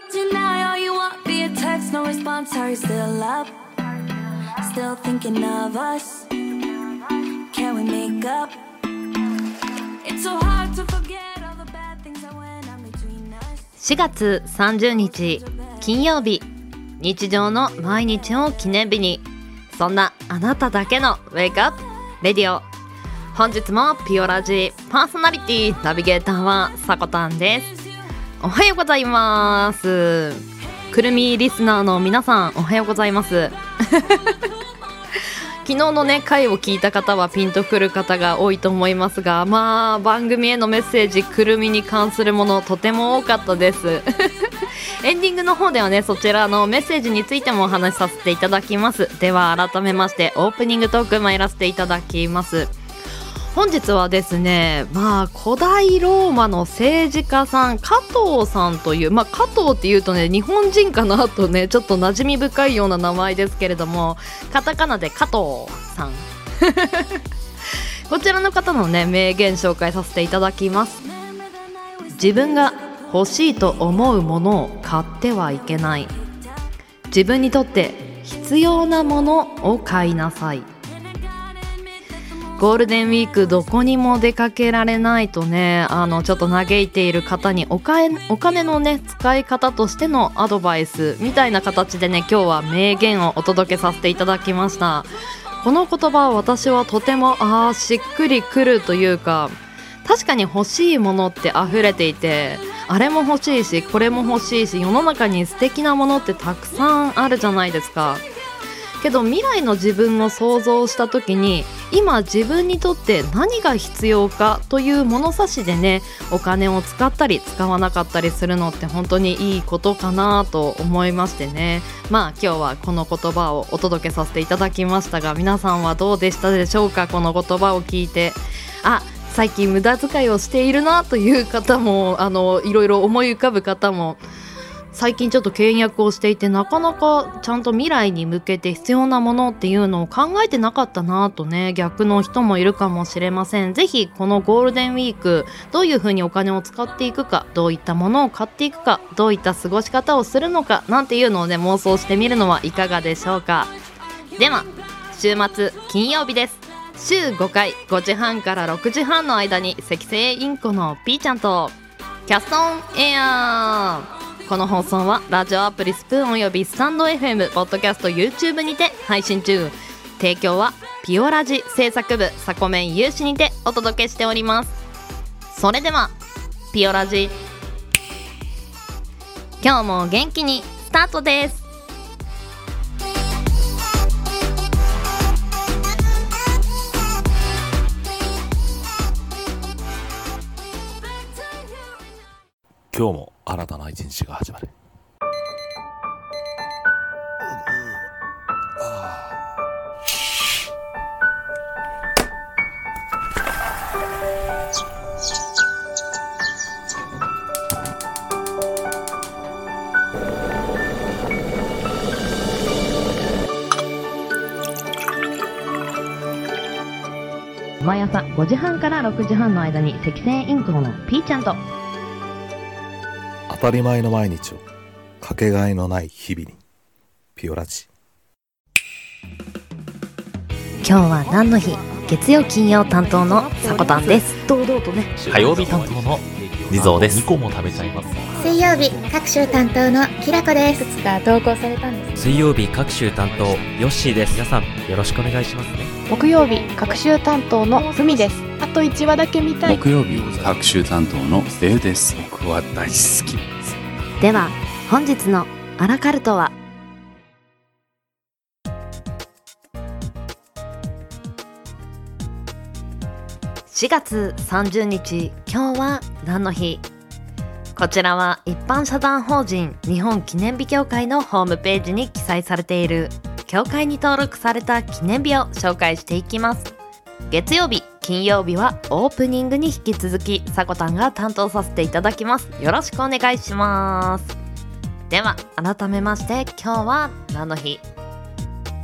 Tonight all you want via text, no response, are you still up? Still thinking of us? Can we make up? It's so hard to forget all the bad things that went on between us. 4月30日金曜日、日常の毎日を記念日に、そんなあなただけのウェイクアップレディオ。本日もピオラジパーソナリティナビゲーターはさこたんです。おはようございます。くるみリスナーの皆さん、おはようございます昨日のね回を聞いた方はピンとくる方が多いと思いますが、番組へのメッセージ、くるみに関するものとても多かったですエンディングの方ではね、そちらのメッセージについてもお話しさせていただきます。では改めましてオープニングトーク参らせていただきます。本日はですね、古代ローマの政治家さん、加藤さんという、加藤っていうとね、日本人かなとね、ちょっと馴染み深いような名前ですけれども、カタカナで加藤さんこちらの方のね名言紹介させていただきます。自分が欲しいと思うものを買ってはいけない。自分にとって必要なものを買いなさい。ゴールデンウィークどこにも出かけられないとね、ちょっと嘆いている方にお金のね使い方としてのアドバイスみたいな形でね、今日は名言をお届けさせていただきました。この言葉は私はとてもしっくりくるというか、確かに欲しいものって溢れていて、あれも欲しいしこれも欲しいし、世の中に素敵なものってたくさんあるじゃないですか。けど未来の自分を想像した時に、今自分にとって何が必要かという物差しでね、お金を使ったり使わなかったりするのって本当にいいことかなと思いましてね。今日はこの言葉をお届けさせていただきましたが、皆さんはどうでしたでしょうか。この言葉を聞いて、最近無駄遣いをしているなという方も、いろいろ思い浮かぶ方も、最近ちょっと倹約をしていて、なかなかちゃんと未来に向けて必要なものっていうのを考えてなかったなとね、逆の人もいるかもしれません。ぜひこのゴールデンウィーク、どういうふうにお金を使っていくか、どういったものを買っていくか、どういった過ごし方をするのかなんていうのをね、妄想してみるのはいかがでしょうか。では週末金曜日です。週5回5時半から6時半の間に赤星インコのピーちゃんとキャストオンエアー。この放送はラジオアプリスプーンおよびスタンド FM、 ポッドキャスト、 YouTube にて配信中。提供はピオラジ制作部サコメン有志にてお届けしております。それではピオラジ、今日も元気にスタートです。 今日も新たな一日が始まる。 毎朝5時半から6時半の間に赤星インコのピーちゃんと、 当たり前の毎日をかけがえのない日々に、ピオラジ。 今日は何の日？月曜金曜担当のさこたんです。堂々とね。 火曜日担当のリゾーです。2個も食べちゃいます。 水曜日各週担当のきらこです。 いくつか投稿されたんです。 水曜日各週担当ヨッシーです。皆さんよろしくお願いしますね。 木曜日各週担当のふみです。あと1話だけ見たい。 木曜日各週担当のレイです。僕は大好きです。 では本日のアラカルトは、4月30日、今日は何の日？こちらは一般社団法人日本記念日協会のホームページに記載されている協会に登録された記念日を紹介していきます。月曜日、金曜日はオープニングに引き続きさこたんが担当させていただきます。よろしくお願いします。では改めまして、今日は何の日？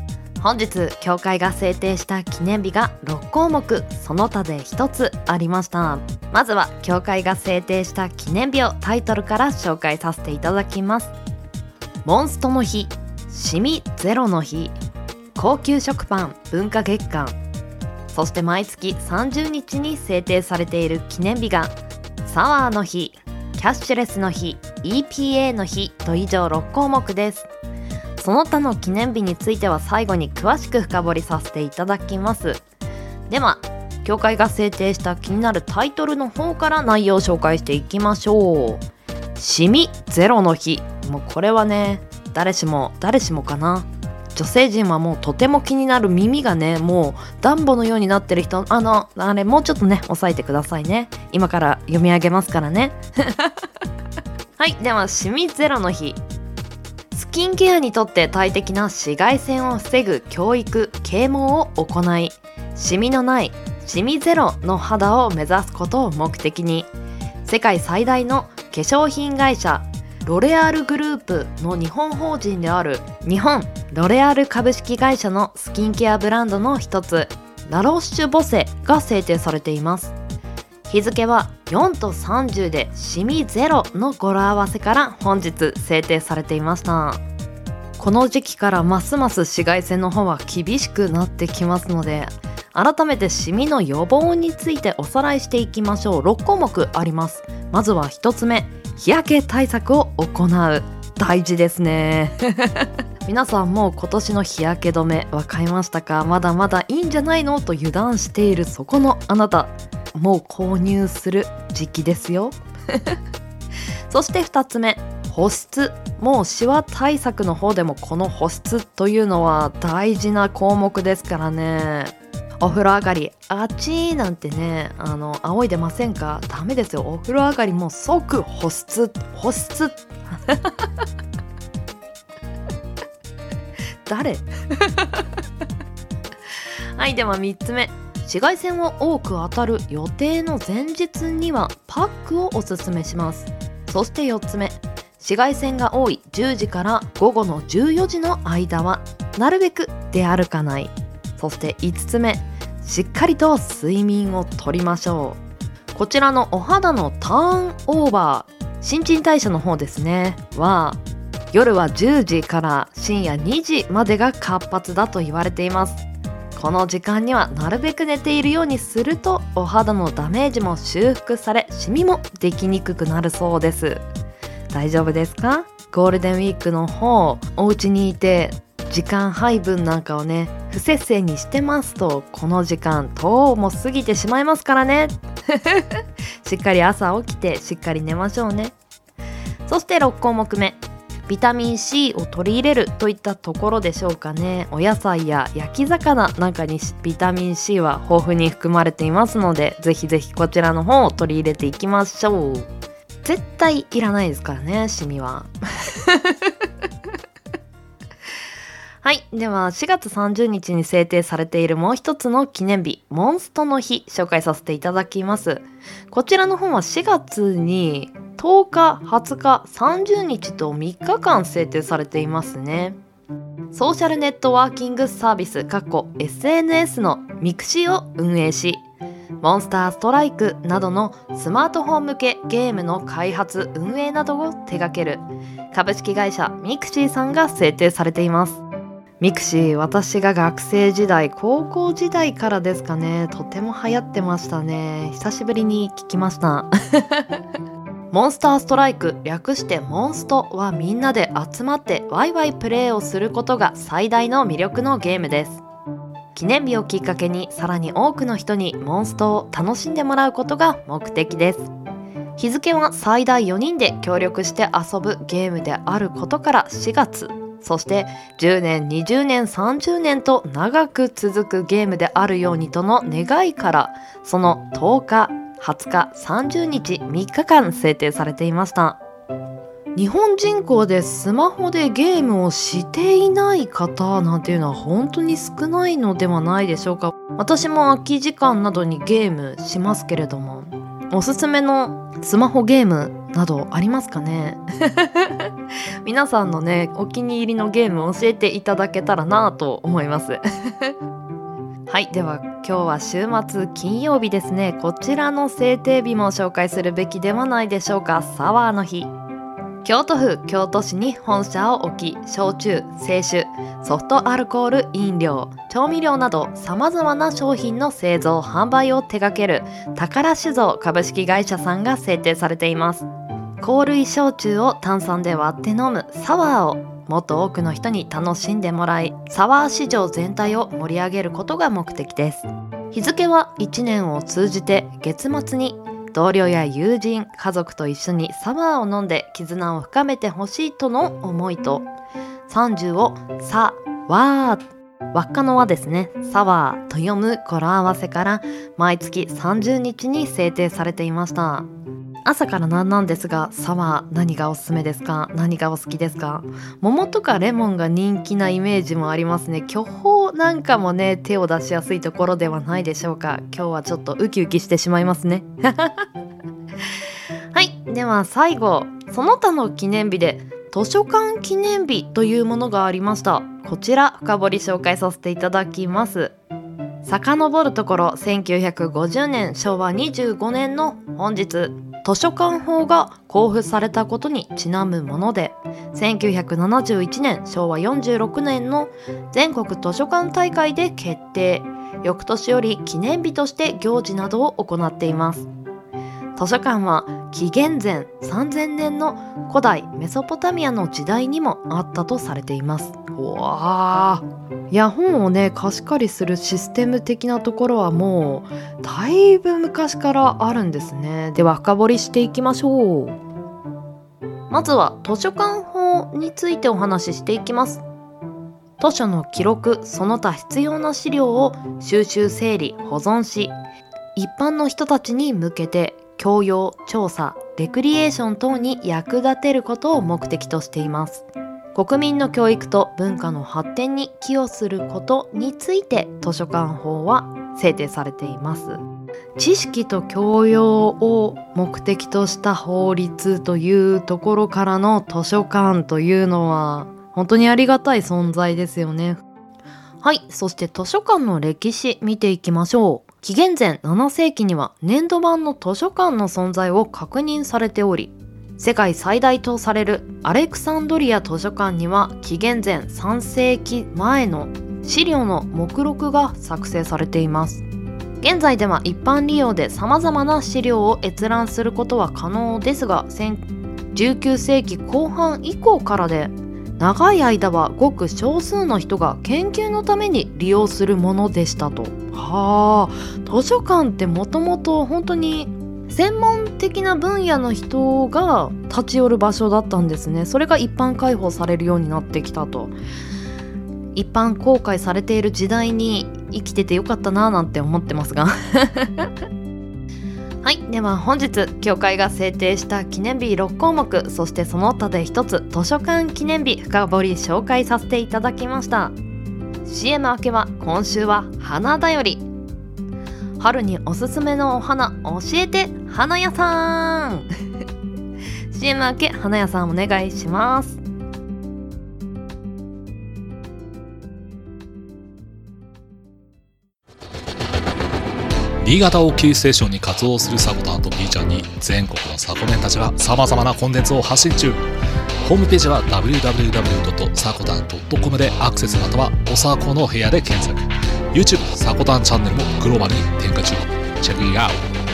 本日協会が制定した記念日が6項目その他で1つありました。まずは協会が制定した記念日をタイトルから紹介させていただきます。モンストの日、シミゼロの日、高級食パン文化月間、そして毎月30日に制定されている記念日がサワーの日、キャッシュレスの日、 EPA の日と以上6項目です。その他の記念日については最後に詳しく深掘りさせていただきます。では協会が制定した気になるタイトルの方から内容を紹介していきましょう。シミゼロの日、もうこれはね誰しもかな。女性陣はもうとても気になる耳がねもうダンボのようになってる人、あれもうちょっとね押さえてくださいね。今から読み上げますからねはい、ではシミゼロの日。スキンケアにとって大敵な紫外線を防ぐ教育・啓蒙を行い、シミのないシミゼロの肌を目指すことを目的に、世界最大の化粧品会社ロレアルグループの日本法人である日本ロレアル株式会社のスキンケアブランドの一つラロッシュボセが制定されています。日付は4と30でシミゼロの語呂合わせから本日制定されていました。この時期からますます紫外線の方は厳しくなってきますので、改めてシミの予防についておさらいしていきましょう。6項目あります。まずは1つ目、日焼け対策を行う。大事ですね皆さんもう今年の日焼け止め分かりましたか？まだまだいいんじゃないのと油断しているそこのあなた、もう購入する時期ですよそして2つ目、保湿。もうシワ対策の方でもこの保湿というのは大事な項目ですからね。お風呂上がりあちーなんてね仰いでませんか？ダメですよ。お風呂上がりもう即保湿誰はい、では3つ目、紫外線を多く当たる予定の前日にはパックをおすすめします。そして4つ目、紫外線が多い10時から午後の14時の間はなるべく出歩かない。そして5つ目、しっかりと睡眠をとりましょう。こちらのお肌のターンオーバー、新陳代謝の方ですねは夜は10時から深夜2時までが活発だと言われています。この時間にはなるべく寝ているようにするとお肌のダメージも修復され、シミもできにくくなるそうです。大丈夫ですか？ゴールデンウィークの方お家にいて時間配分なんかをね不摂生にしてますと、この時間とうも過ぎてしまいますからねしっかり朝起きてしっかり寝ましょうね。そして6項目目、ビタミン C を取り入れるといったところでしょうかね。お野菜や焼き魚なんかにビタミン C は豊富に含まれていますので、ぜひぜひこちらの方を取り入れていきましょう。絶対いらないですからね、シミははい、では4月30日に制定されているもう一つの記念日、モンストの日紹介させていただきます。こちらの本は4月に10日、20日、30日と3日間制定されていますね。ソーシャルネットワーキングサービス(SNS) のミクシーを運営し、モンスターストライクなどのスマートフォン向けゲームの開発・運営などを手掛ける株式会社ミクシーさんが制定されています。ミクシー、私が学生時代、高校時代からですかね、とても流行ってましたね。久しぶりに聞きましたモンスターストライク、略してモンストはみんなで集まってワイワイプレイをすることが最大の魅力のゲームです。記念日をきっかけにさらに多くの人にモンストを楽しんでもらうことが目的です。日付は最大4人で協力して遊ぶゲームであることから4月、そして10年、20年、30年と長く続くゲームであるようにとの願いから、その10日、20日、30日、3日間制定されていました。日本人口でスマホでゲームをしていない方なんていうのは本当に少ないのではないでしょうか。私も空き時間などにゲームしますけれども、おすすめのスマホゲームなどありますかね皆さんのねお気に入りのゲームを教えていただけたらなと思いますはい、では今日は週末金曜日ですね。こちらの制定日も紹介するべきではないでしょうか。サワーの日。京都府京都市に本社を置き、焼酎、清酒、ソフトアルコール飲料、調味料などさまざまな商品の製造販売を手掛ける宝酒造株式会社さんが制定されています。香類焼酎を炭酸で割って飲むサワーをもっと多くの人に楽しんでもらい、サワー市場全体を盛り上げることが目的です。日付は1年を通じて月末に同僚や友人、家族と一緒にサワーを飲んで絆を深めてほしいとの思いと、30をサワー、輪っかの輪ですね、サワーと読む語呂合わせから毎月30日に制定されていました。朝からなんですが、サワー何がおすすめですか？何がお好きですか？桃とかレモンが人気なイメージもありますね。巨峰なんかもね手を出しやすいところではないでしょうか。今日はちょっとウキウキしてしまいますねはい、では最後、その他の記念日で図書館記念日というものがありました。こちら深掘り紹介させていただきます。遡るところ1950年昭和25年の本日、図書館法が公布されたことにちなむもので、1971年昭和46年の全国図書館大会で決定。翌年より記念日として行事などを行っています。図書館は紀元前3000年の古代メソポタミアの時代にもあったとされています。わー、いや、本をね貸し借りするシステム的なところはもうだいぶ昔からあるんですね。では深掘りしていきましょう。まずは図書館法についてお話ししていきます。図書の記録、その他必要な資料を収集整理保存し、一般の人たちに向けて教養、調査、レクリエーション等に役立てることを目的としています。国民の教育と文化の発展に寄与することについて図書館法は制定されています。知識と教養を目的とした法律というところからの図書館というのは本当にありがたい存在ですよね。はい、そして図書館の歴史見ていきましょう。紀元前7世紀には粘土版の図書館の存在を確認されており、世界最大とされるアレクサンドリア図書館には紀元前3世紀前の資料の目録が作成されています。現在では一般利用で様々な資料を閲覧することは可能ですが、19世紀後半以降からで、長い間はごく少数の人が研究のために利用するものでしたと。はあ、図書館ってもともと本当に専門的な分野の人が立ち寄る場所だったんですね。それが一般開放されるようになってきたと。一般公開されている時代に生きててよかったななんて思ってますがはい、では本日協会が制定した記念日6項目、そしてその他で一つ図書館記念日深掘り紹介させていただきました。 CM 明けは今週は花だより。春におすすめのお花教えて花屋さんCM 明け花屋さんお願いします。 新潟をキーステーションに活動するサコタンと B ちゃんに全国のサコメンたちが様々なコンテンツを発信中。ホームページは www.sakotan.com でアクセス、またはおさこの部屋で検索。 YouTube サコタンチャンネルもグローバルに展開中。チェックイットアウ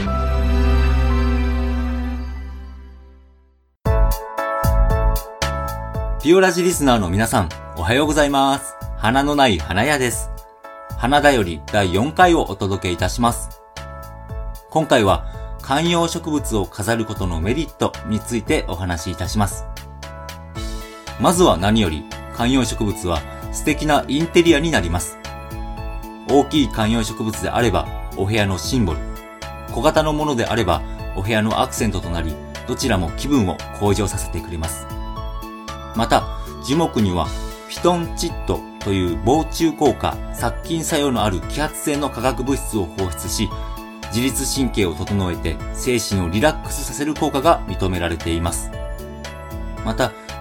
ト。ピオラジリスナーの皆さん、おはようございます。花のない花屋です。花だより第4回をお届けいたします。今回は観葉植物を飾ることのメリットについてお話しいたします。まずは何より観葉植物は素敵なインテリアになります。大きい観葉植物であればお部屋のシンボル、小型のものであればお部屋のアクセントとなり、どちらも気分を向上させてくれます。また樹木にはフィトンチッドという防虫効果、殺菌作用のある揮発性の化学物質を放出し、自律神経を整えて精神をリラックスさせる効果が認められています。また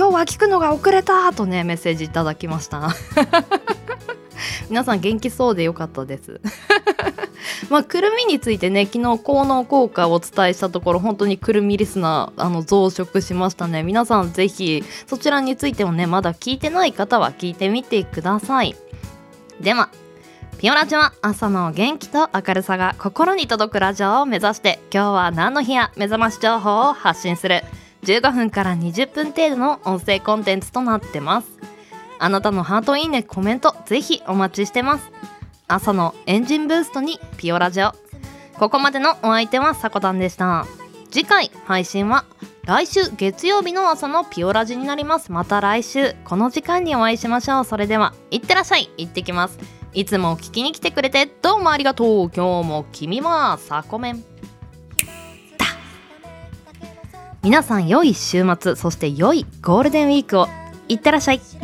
今日は聞くのが遅れたとねメッセージいただきました皆さん元気そうでよかったですくるみについてね昨日効能効果をお伝えしたところ本当にくるみリスナー増殖しましたね。皆さんぜひそちらについてもねまだ聞いてない方は聞いてみてください。ではピオラジは朝の元気と明るさが心に届くラジオを目指して今日は何の日や目覚まし情報を発信する15分から20分程度の音声コンテンツとなってます。あなたのハートいいねコメントぜひお待ちしてます。朝のエンジンブーストにピオラジオ。ここまでのお相手はさこたんでした。次回配信は来週月曜日の朝のピオラジになります。また来週この時間にお会いしましょう。それではいってらっしゃい。行ってきます。いつも聞きに来てくれてどうもありがとう。今日も君はサコメンだ。皆さん良い週末そして良いゴールデンウィークを。いってらっしゃい。